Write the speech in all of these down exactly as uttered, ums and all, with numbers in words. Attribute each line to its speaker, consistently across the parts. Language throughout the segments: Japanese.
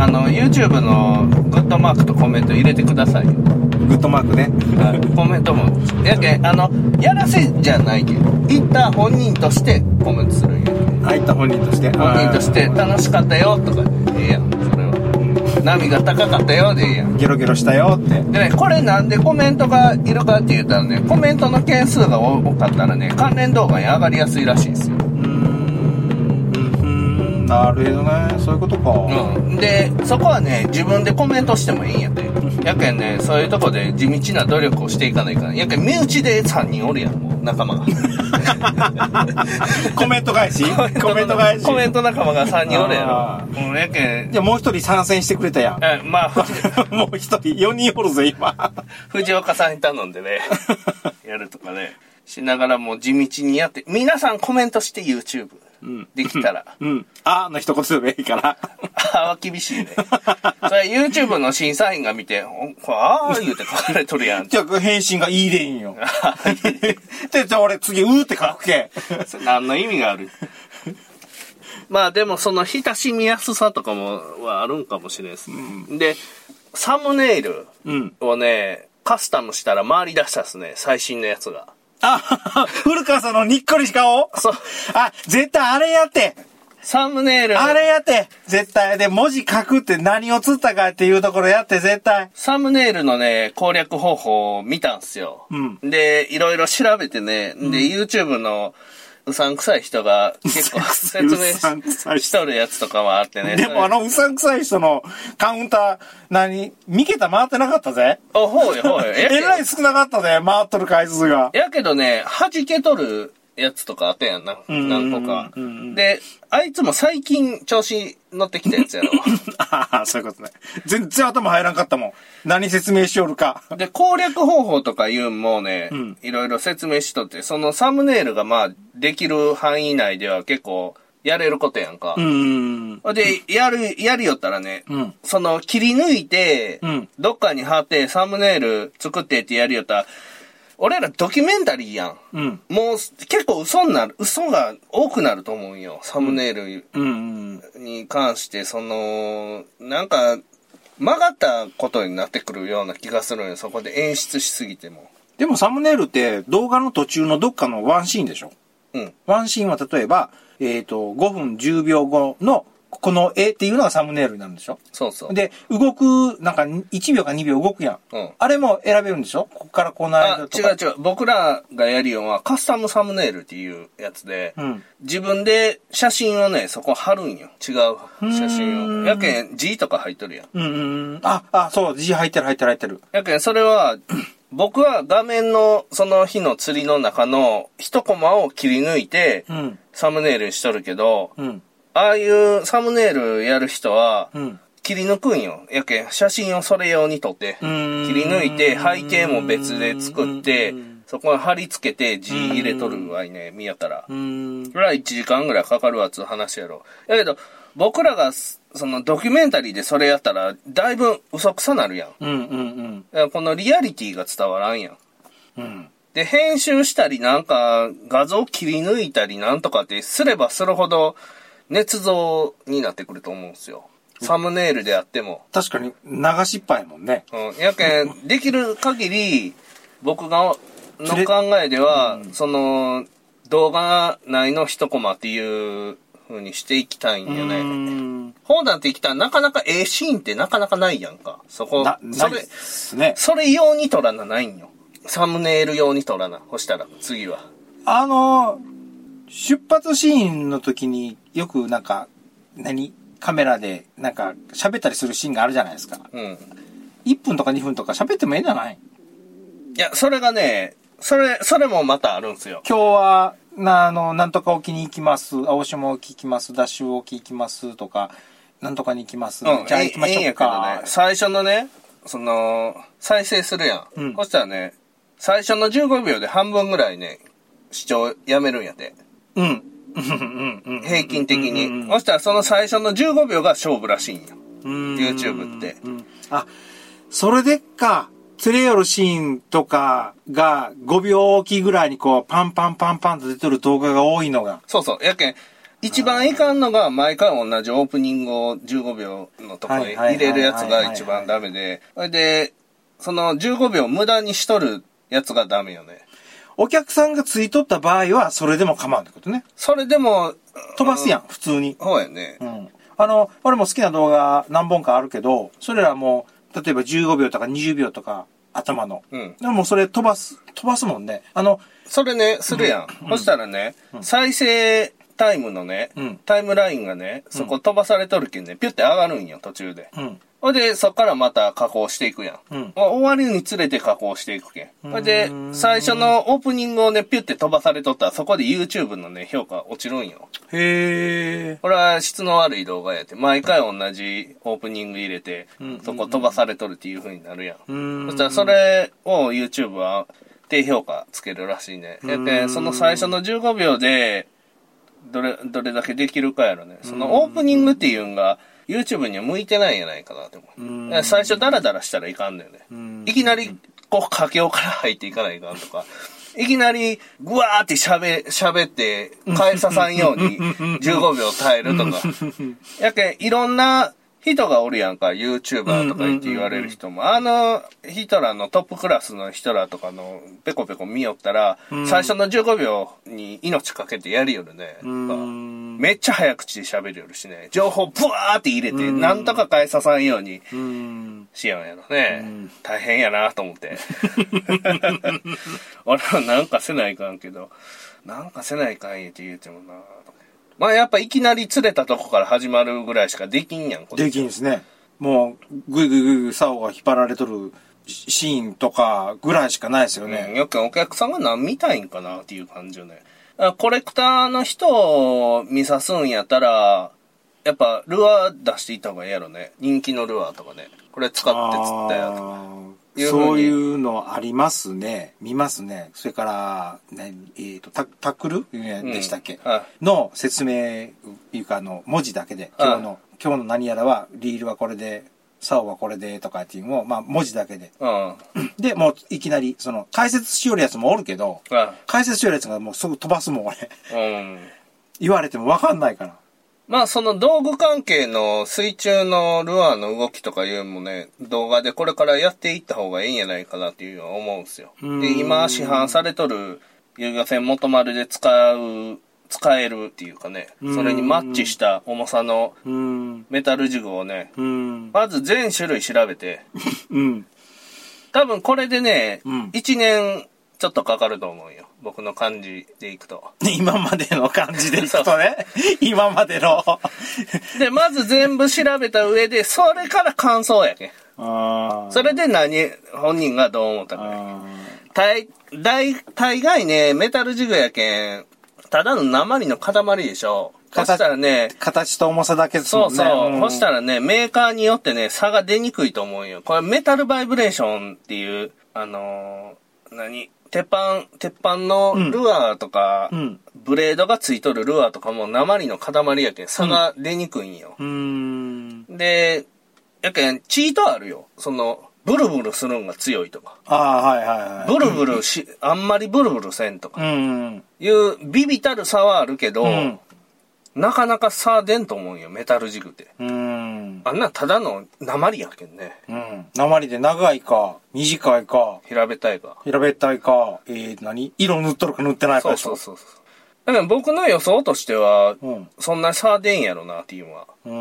Speaker 1: あの YouTube のグッドマークとコメント入れてくださいよ。
Speaker 2: グッドマークね。
Speaker 1: コメントもやけあのやらせじゃないけど、行った本人としてコメントするんやけ。
Speaker 2: あ、行った本人として。
Speaker 1: 本人として楽しかったよとかでええやん。それは。波が高かったよでええやん。
Speaker 2: ゲロゲロしたよって。
Speaker 1: でね、これなんでコメントがいるかって言ったらね、コメントの件数が多かったらね、関連動画に上がりやすいらしいんですよ。
Speaker 2: なるほどね、そういうことか。
Speaker 1: うん。で、そこはね、自分でコメントしてもいいんやで。やけんね、そういうとこで地道な努力をしていかないから。やけん、身内でさんにんおるやん、もう、仲間が。
Speaker 2: コメント返しコメント返し
Speaker 1: コメント仲間がさんにんおるやろ。うん、やけん。
Speaker 2: じゃあもう一人参戦してくれたやん。
Speaker 1: え、まあ、
Speaker 2: もう一人、よにんおるぞ、今。
Speaker 1: 藤岡さんに頼んでね、やるとかね。しながらもう地道にやって、皆さんコメントして YouTube。うん、できたら。
Speaker 2: うん。あーの一言でもいいから。
Speaker 1: あーは厳しいね。それ YouTube の審査員が見て、あー言うて書かれとるやん。
Speaker 2: じゃあ返信がいいでんよ。で、じゃあ俺次うーって書くけ。
Speaker 1: 何の意味がある？まあでもその親しみやすさとかもはあるんかもしれないですね。うん、で、サムネイルをね、カスタムしたら回り出したっすね、最新のやつが。
Speaker 2: あ、古川さんのにっこりし顔？
Speaker 1: そう。
Speaker 2: あ、絶対あれやって。
Speaker 1: サムネイル。
Speaker 2: あれやって。絶対。で、文字書くって何を釣ったかっていうところやって、絶対。
Speaker 1: サムネイルのね、攻略方法を見たんすよ。うん。で、いろいろ調べてね、うん、で、YouTube のうさんくさい人が結構説明しとるやつとかはあってね。
Speaker 2: でもあのうさんくさい人のカウンター、何三桁回ってなかったぜ。
Speaker 1: あ、ほうよほうよ。
Speaker 2: えらい少なかったぜ、回っとる回数が。
Speaker 1: やけどね、弾けとるやつとかあったやんな。何個か。で、あいつも最近調子乗ってきたやつやろ。
Speaker 2: ああ、そういうことね。全然頭入らんかったもん。何説明しよるか。
Speaker 1: で、攻略方法とかいうのもね、うん、いろいろ説明しとって、そのサムネイルがまあ、できる範囲内では結構、やれることやんか。うん。で、やる、やるよったらね、うん、その切り抜いて、うん、どっかに貼ってサムネイル作ってってやるよったら、俺らドキュメンタリーやん。うん、もう結構嘘になる、嘘が多くなると思うんよ。サムネイルに関して、その、なんか、曲がったことになってくるような気がするんよ。そこで演出しすぎても。
Speaker 2: でもサムネイルって動画の途中のどっかのワンシーンでしょ？うん。ワンシーンは例えば、えっと、ごふんじゅうびょうごのこの絵っていうのがサムネイルになるんでしょ？
Speaker 1: そうそう。
Speaker 2: で、動く、なんかいちびょうかにびょう動くやん。うん。あれも選べるんでしょ？ここからこの間とか。
Speaker 1: あ、違う違う。僕らがやるようはカスタムサムネイルっていうやつで、うん、自分で写真をね、そこ貼るんよ。違う写真を。やけん字とか入っとるやん。
Speaker 2: うんうん。あ、あ、そう、字入ってる入ってる入ってる。
Speaker 1: やけんそれは、僕は画面のその日の釣りの中の一コマを切り抜いて、うん、サムネイルにしとるけど、うん、ああいうサムネイルやる人は、切り抜くんよ。やけん、写真をそれ用に撮って、切り抜いて、背景も別で作って、そこに貼り付けて字入れとるわいね、見やったら。それはいちじかんぐらいかかるわつう話やろ。やけど、僕らが、そのドキュメンタリーでそれやったら、だいぶ嘘くさなるやん。うんうんうん、このリアリティが伝わらんやん。うん、で、編集したりなんか、画像切り抜いたりなんとかってすればするほど、捏造になってくると思うんですよ。サムネイルであっても。
Speaker 2: 確かに流しっぱいもんね。
Speaker 1: うん。やけん、できる限り、僕が、の考えでは、うん、その、動画内の一コマっていう風にしていきたいんよね。ほうなんてきたらなかなかええシーンってなかなかないやんか。そこ、なそれ、ね、それ用に撮らなないんよ。サムネイル用に撮らな。そしたら、次は。
Speaker 2: あのー、出発シーンの時によくなんか、何カメラでなんか喋ったりするシーンがあるじゃないですか。うん。いっぷんとかにふんとか喋ってもええんじゃない？
Speaker 1: いや、それがね、それ、それもまたあるんですよ。
Speaker 2: 今日は、な、あの、なんとか沖に行きます。青島沖行きます。ダッシュ沖行きますとか、なんとかに行きます。うん、じゃあ行きましょうか。
Speaker 1: ね、最初のね、その、再生するやん。うん、そしたらね、最初のじゅうごびょうで半分ぐらいね、視聴やめるんやて。うん。平均的に。そしたらその最初のじゅうごびょうが勝負らしいんよ。YouTube って。
Speaker 2: あ、それでっか。釣れよるシーンとかがごびょうおきぐらいにこうパンパンパンパンと出てる動画が多いのが。
Speaker 1: そうそう。やけん、 一番いかんのが毎回同じオープニングをじゅうごびょうのところに入れるやつが一番ダメで、それで、そのじゅうごびょう無駄にしとるやつがダメよね。
Speaker 2: お客さんがついとった場合は、それでも構わんってことね。
Speaker 1: それでも、
Speaker 2: 飛ばすやん、普通に。
Speaker 1: そうやね。
Speaker 2: うん。あの、俺も好きな動画何本かあるけど、それらも、例えばじゅうごびょうとかにじゅうびょうとか、頭の。うん。でもそれ飛ばす、飛ばすもんね。あの、
Speaker 1: それね、するやん。うん、そしたらね、うん、再生タイムのね、うん、タイムラインがね、そこ飛ばされとるけんね、ピュって上がるんよ、途中で。うん。ほいで、そっからまた加工していくやん。うん、終わりにつれて加工していくけん。ほいで、最初のオープニングをね、ピュって飛ばされとったら、そこで YouTube のね、評価落ちるんよ。
Speaker 2: へー。
Speaker 1: これは質の悪い動画やって、毎回同じオープニング入れて、そこ飛ばされとるっていう風になるやん。うん、そしたらそれを YouTube は低評価つけるらしいね。やけん、その最初のじゅうごびょうで、どれ、どれだけできるかやろね。そのオープニングっていうんが、YouTube には向いてないんじゃないかなって思う。最初ダラダラしたらいかんだよね。いきなり、こう、佳境から入っていかないかんとか、いきなり、ぐわーって喋、喋って、返ささんように、じゅうごびょう耐えるとか。やけん、いろんな人がおるやんか、YouTuber とか言って言われる人も。あの、人らのトップクラスの人らとかの、ペコペコ見よったら、最初のじゅうごびょうに命かけてやるよるね。めっちゃ早口で喋るよるしね。情報ブワーって入れて、なんとか返ささんようにしようんやろね。大変やなと思って。俺はなんかせないかんけど、なんかせないかんやって言うてもな。まあやっぱいきなり釣れたとこから始まるぐらいしかできんやん。
Speaker 2: できんですね。もう、ぐいぐいぐいぐい竿が引っ張られとるシーンとかぐらいしかないですよね。
Speaker 1: うん、よくお客さんが何見たいんかなっていう感じよね。コレクターの人を見さすんやったら、やっぱルアー出していった方がいいやろね。人気のルアーとかね。これ使って釣ったやつ。
Speaker 2: そういうのありますね。見ますね。それから、ね、えっ、ー、と、タタックルでしたっけ、うんはい、の説明いうか、あの、文字だけで、今日の、はい、今日の何やらは、リールはこれで、竿はこれでとかっていうのを、まあ、文字だけで。うん、で、もう、いきなり、その、解説しよるやつもおるけど、はい、解説しよるやつがもうすぐ飛ばすもん、俺。うん、言われてもわかんないから。
Speaker 1: まあその道具関係の水中のルアーの動きとかいうのもね、動画でこれからやっていった方がいいんじゃないかなっていうのは思うんですよ。で、今市販されとる遊漁船元丸で使う、使えるっていうかね、それにマッチした重さのメタルジグをね、まず全種類調べて、多分これでね、いちねんちょっとかかると思うよ。僕の感じでいくと。
Speaker 2: 今までの感じでいくとね。今までの。
Speaker 1: で、まず全部調べた上で、それから感想やけん。あそれで何、本人がどう思ったか。大、大、大概ね、メタルジグやけん、ただの鉛の塊でしょ。そしたらね、
Speaker 2: 形と重さだけですもんね。
Speaker 1: そうそう。うん、そしたらね、メーカーによってね、差が出にくいと思うよ。これメタルバイブレーションっていう、あのー、何鉄板、鉄板のルアーとか、うん、ブレードがついとるルアーとかも鉛の塊やけん差が出にくいんよ。うん、で、やけん、チートあるよ。その、ブルブルするんが強いとか。
Speaker 2: ああ、はいはいはい。
Speaker 1: ブルブルし、あんまりブルブルせんとか。うん、いうビビたる差はあるけど、うん、なかなか差出んと思うんよ、メタルジグって。うん、あんなただの鉛やけんね。
Speaker 2: うん。鉛で長いか、短いか。
Speaker 1: 平べったいか。
Speaker 2: 平べったいか、えー、何色塗っとるか塗ってないかでしょ。
Speaker 1: そうそうそうそう。だから僕の予想としては、うん、そんな差出んやろなっていうのは。うん。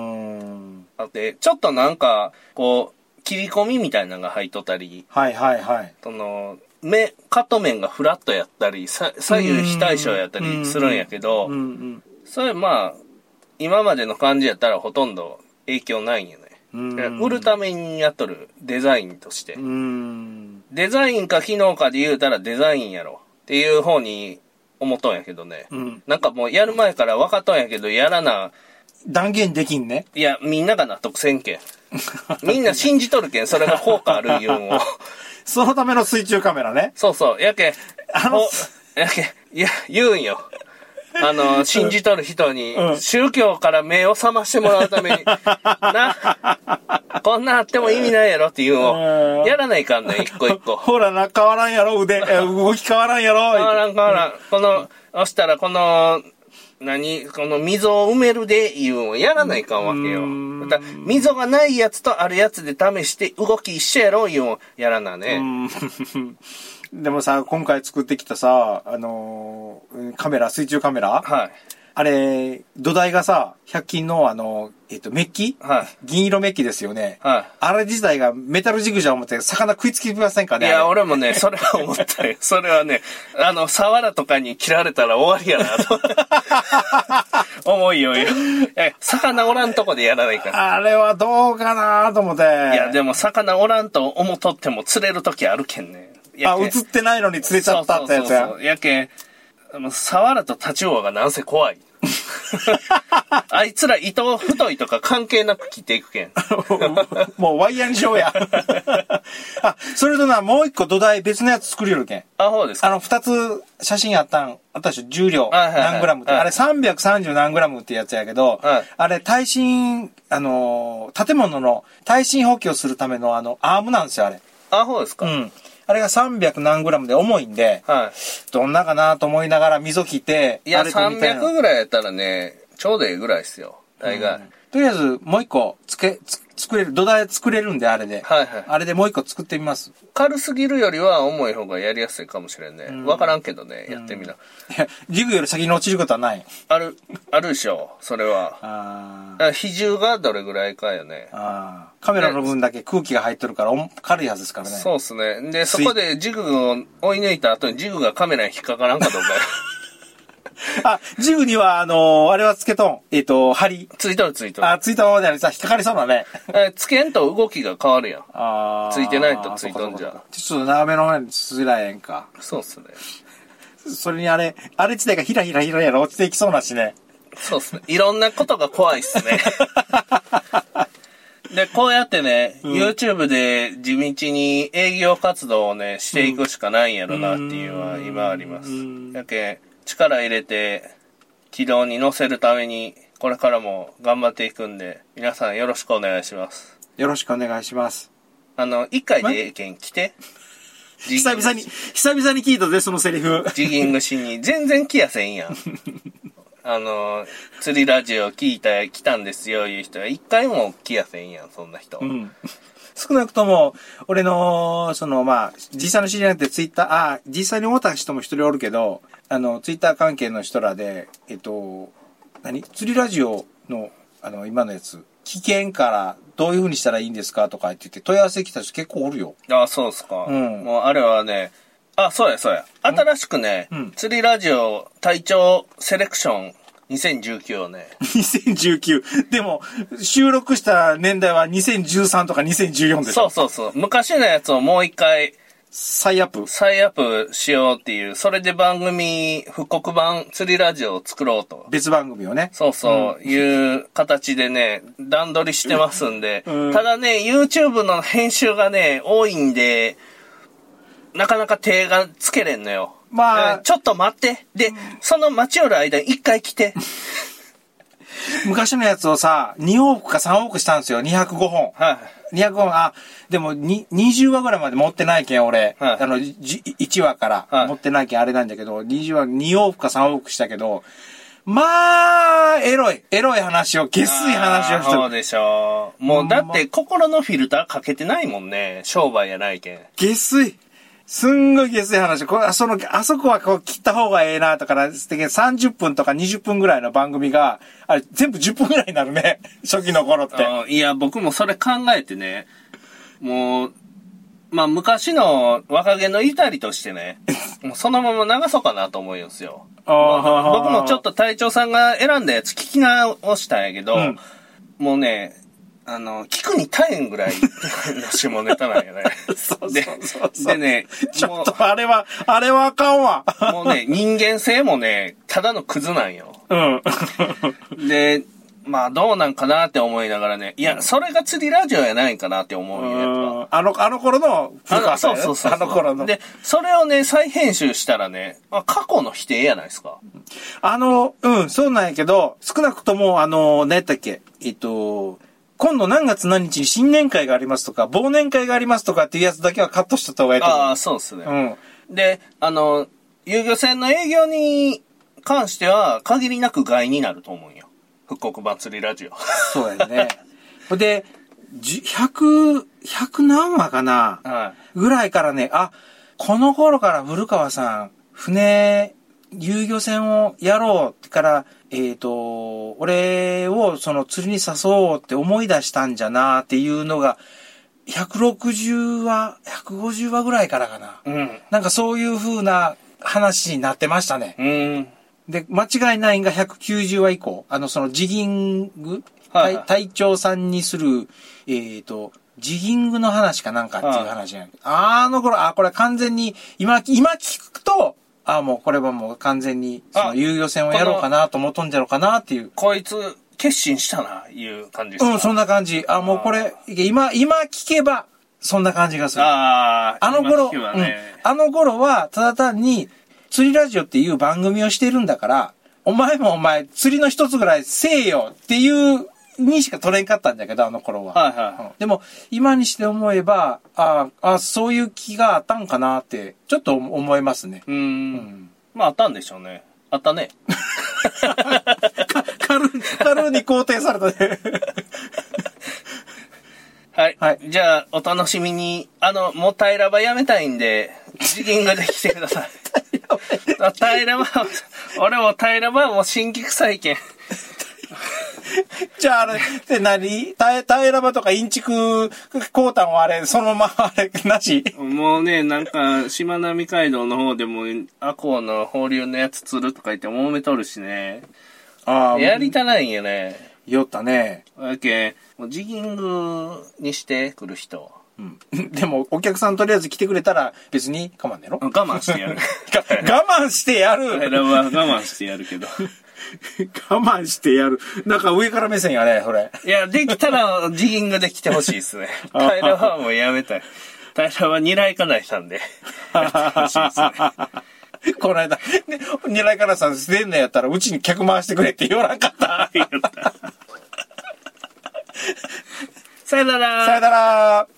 Speaker 1: あって、ちょっとなんか、こう、切り込みみたいなのが入っとったり。
Speaker 2: はいはいはい。
Speaker 1: その、目、カット面がフラットやったり、左右非対称やったりするんやけど、うんうん、それまあ、今までの感じやったらほとんど影響ないんよね。うん売るためにやっとるデザインとして。うんデザインか機能かで言うたらデザインやろっていう方に思っとんやけどね。うん、なんかもうやる前から分かっとんやけど、やらな。
Speaker 2: 断言できんね。
Speaker 1: いや、みんなが納得せんけん。みんな信じとるけん、それが効果あるいうんを。
Speaker 2: そのための水中カメラね。
Speaker 1: そうそう。やけん、あの、やけん、いや、言うんよ。あの、信じとる人に、うん、宗教から目を覚ましてもらうために、な、こんなあっても意味ないやろっていうのを、やらないかんね、一個一個。
Speaker 2: ほらな、変わらんやろ、腕、動き変わらんやろ。
Speaker 1: 変わらん変わらん。この、押したらこの、 何この溝を埋めるでいうのをやらないかんわけよ。だから溝がないやつとあるやつで試して動き一緒やろいうのをやらなね。
Speaker 2: でもさ、今回作ってきたさ、あのー、カメラ、水中カメラ
Speaker 1: はい。
Speaker 2: あれ、土台がさ、ひゃく均のあの、えっと、メッキ
Speaker 1: はい。
Speaker 2: 銀色メッキですよね。
Speaker 1: はい。
Speaker 2: あれ自体がメタルジグじゃ思って、魚食いつきませんかね。
Speaker 1: いや、俺もね、それは思ったよ。それはね、あの、サワラとかに切られたら終わりやなと。思いよよ。魚おらんとこでやらないから。
Speaker 2: あれはどうかなと思って。い
Speaker 1: や、でも魚おらんと思っとっても釣れるときあるけんね。
Speaker 2: あ、映ってないのに釣れちゃったってやつや。
Speaker 1: そうそうそうやけん、あの、サワラとタチウオがなんせ怖い。あいつら糸太いとか関係なく切っていくけん。
Speaker 2: もうワイヤーにしようや。あ、それとな、もう一個土台別のやつ作れるけん。
Speaker 1: あ、そうですか。
Speaker 2: あの、二つ写真あったん、あったでしょ、重量
Speaker 1: はいはいはい
Speaker 2: 何グラムって。
Speaker 1: はい
Speaker 2: あれさんびゃくさんじゅう何グラムってやつやけど、
Speaker 1: はい
Speaker 2: あれ耐震、あのー、建物の耐震補強するためのあの、アームなんですよ、あれ。
Speaker 1: あ、そうですか。
Speaker 2: うん。あれがさんびゃく何グラムで重いんで、
Speaker 1: はい。
Speaker 2: どんなかなと思いながら溝切って、
Speaker 1: いや、
Speaker 2: あれと似たような
Speaker 1: さんびゃくぐらいやったらね、ちょうどいいぐらいですよ。大概。
Speaker 2: うんとりあえず、もう一個、つけ、つ、作れる、土台作れるんで、あれで。
Speaker 1: はいはい。
Speaker 2: あれでもう一個作ってみます。
Speaker 1: 軽すぎるよりは重い方がやりやすいかもしれんね。
Speaker 2: ん
Speaker 1: わからんけどね、やってみな。
Speaker 2: いや、ジグより先に落ちることはない。
Speaker 1: ある、あるでしょ、それは。
Speaker 2: あ
Speaker 1: あ比重がどれぐらいかよね。
Speaker 2: あカメラの分だけ空気が入ってるからお軽いはずですからね。
Speaker 1: そうっすね。で、そこでジグを追い抜いた後にジグがカメラに引っかからんかどうか。
Speaker 2: あ、ジグには、あのー、あれはつけとん。えっ、と、針。
Speaker 1: ついとるついとる。
Speaker 2: あ、ついたままであれさ、引っかかりそうだね。
Speaker 1: えつけんと動きが変わるやん。
Speaker 2: あ
Speaker 1: ついてないとついとんじゃ。
Speaker 2: ちょっと長めの方にすらえんか。
Speaker 1: そうっすね。
Speaker 2: それにあれ、あれ自体がひらひらひらひら落ちていきそうなしね。
Speaker 1: そうっすね。いろんなことが怖いっすね。で、こうやってね、うん、YouTube で地道に営業活動をね、していくしかないんやろなっていうのは今あります。やけん、力入れて、軌道に乗せるために、これからも頑張っていくんで、皆さんよろしくお願いします。
Speaker 2: よろしくお願いします。
Speaker 1: あの、一回でええけん来て。
Speaker 2: 久々に、久々に聞いたぜ、そのセリフ。
Speaker 1: ジギングしに。全然来やせんやん。あの、釣りラジオ聞いた、来たんですよ、いう人は一回も来やせんやん、そんな人。うん。
Speaker 2: 少なくとも、俺の、その、まあ、実際の知り合いってツイッター、あ、実際に思った人も一人おるけど、あの、ツイッター関係の人らで、えっと、何釣りラジオの、あの、今のやつ、危険からどういう風にしたらいいんですかとか言ってて、問い合わせ来た人結構おるよ。
Speaker 1: あ、そうですか。
Speaker 2: うん。
Speaker 1: もうあれはね、あ、そうや、そうや。新しくね、うん、釣りラジオ隊長セレクションにせんじゅうきゅうをね。
Speaker 2: にせんじゅうきゅう。でも、収録した年代はにせんじゅうさんとかにせんじゅうよんです。
Speaker 1: そうそうそう。昔のやつをもう一回、
Speaker 2: 再アップ
Speaker 1: 再アップしようっていう、それで番組、復刻版釣りラジオを作ろうと。
Speaker 2: 別番組をね。
Speaker 1: そうそう、うん、いう形でね、段取りしてますんで。うん、ただね、YouTube の編集がね、多いんで、なかなか手がつけれんのよ。まあ。ちょっと待って。で、うん、その待ち寄る間に一回来て。
Speaker 2: 昔のやつをさ、に往復かさん往復したんですよ。にひゃくごほん。
Speaker 1: はい。
Speaker 2: にひゃくごほん、あ、でもににじゅうわぐらいまで持ってないけん、俺。はい。あの、いちわから持ってないけんあれなんだけど、にじゅうわ、に往復かさん往復したけど、まあ、エロい、エロい話を、下水話をしてる。
Speaker 1: そうでしょう。もう、だって心のフィルターかけてないもんね。商売やないけん。
Speaker 2: 下水。すんごい下水話。これ、その、あそこはこう切った方がええなとか、さんじゅっぷんとかにじゅっぷんぐらいの番組が、あれ全部じゅっぷんぐらいになるね。初期の頃って。
Speaker 1: いや、僕もそれ考えてね、もう、まあ昔の若気の至りとしてね、もうそのまま流そうかなと思うんですよ。僕もちょっと隊長さんが選んだやつ聞き直したんやけど、うん、もうね、あの、聞くに耐えんぐらいの下ネタなんやね。
Speaker 2: そうそうそうそう。
Speaker 1: でね、
Speaker 2: ちょっとあれは、あれはあかんわ。
Speaker 1: もうね、人間性もね、ただのクズなんよ。
Speaker 2: うん。
Speaker 1: で、まあどうなんかなって思いながらね、いや、それが釣りラジオやないかなって思うんよ、やっ
Speaker 2: ぱ。あの、あの頃の
Speaker 1: 古川さん、ね、そうそうそう。
Speaker 2: あの頃の。
Speaker 1: で、それをね、再編集したらね、あ、過去の否定やないですか。
Speaker 2: あの、うん、そうなんやけど、少なくとも、あの、何やったっけ、えっと、今度何月何日に新年会がありますとか、忘年会がありますとかっていうやつだけはカットしとった方がいいと思う。
Speaker 1: ああ、そうですね。うん。で、あの、遊漁船の営業に関しては限りなく害になると思うんよ。復刻祭りラジオ。
Speaker 2: そうやね。で、ひゃく、ひゃく何話かな、はい、ぐらいからね、あ、この頃から古川さん、船、遊漁船をやろうってから、えっと、俺をその釣りに誘おうって思い出したんじゃなっていうのが、ひゃくろくじゅうわ、ひゃくごじゅうわぐらいからかな。うん。なんかそういう風な話になってましたね。うん。で、間違いないんがひゃくきゅうじゅうわ以降、あの、そのジギング、はいはい、隊長さんにする、えっ、ー、と、ジギングの話かなんかっていう話じゃない、はい、あの頃、あ、これ完全に、今、今聞くと、あ、もうこれはもう完全に、その遊漁船をやろうかなと思っとんじゃろうかなっていう。
Speaker 1: こいつ、決心したな、いう感じです
Speaker 2: か？うん、そんな感じ。あ、もうこれ、今、今聞けば、そんな感じがする。ああ、あの頃、ね、うん、あの頃は、ただ単に、釣りラジオっていう番組をしてるんだから、お前もお前、釣りの一つぐらいせえよっていうにしか取れんかったんだけど、あの頃は。はいはい、うん。でも、今にして思えば、ああ、そういう気があったんかなって、ちょっと思いますね。うーん。
Speaker 1: うん、まあ、あったんでしょうね。あったね。
Speaker 2: 軽、軽に肯定されたね。
Speaker 1: はい。はい。じゃあ、お楽しみに。あの、もう平場やめたいんで、ジギングで来てください。平場、俺も平場はもう新規臭いけん。
Speaker 2: じゃあ、あれ、って何平場とかインチク、コータンはあれ、そのままあれ、なし
Speaker 1: もうね、なんか、しまなみ海道の方でも、アコウの放流のやつ釣るとか言って揉めとるしね。ああ。やりたないんよね。
Speaker 2: 酔ったね。
Speaker 1: だけもうジギングにしてくる人。
Speaker 2: うん。でも、お客さんとりあえず来てくれたら別に我慢ねろ？
Speaker 1: 我慢してやる。
Speaker 2: 我慢してやる
Speaker 1: 平は我慢してやるけど。
Speaker 2: 我慢してやる。なんか上から目線やね、それ。
Speaker 1: いや、できたらジギングで来てほしいですね。平はもうやめたい。平はニライカナイさんでやってほしいですね。
Speaker 2: この間、ね、ニライカナイさん出んのやったらうちに客回してくれって言わなかった。
Speaker 1: さよなら。
Speaker 2: さよなら。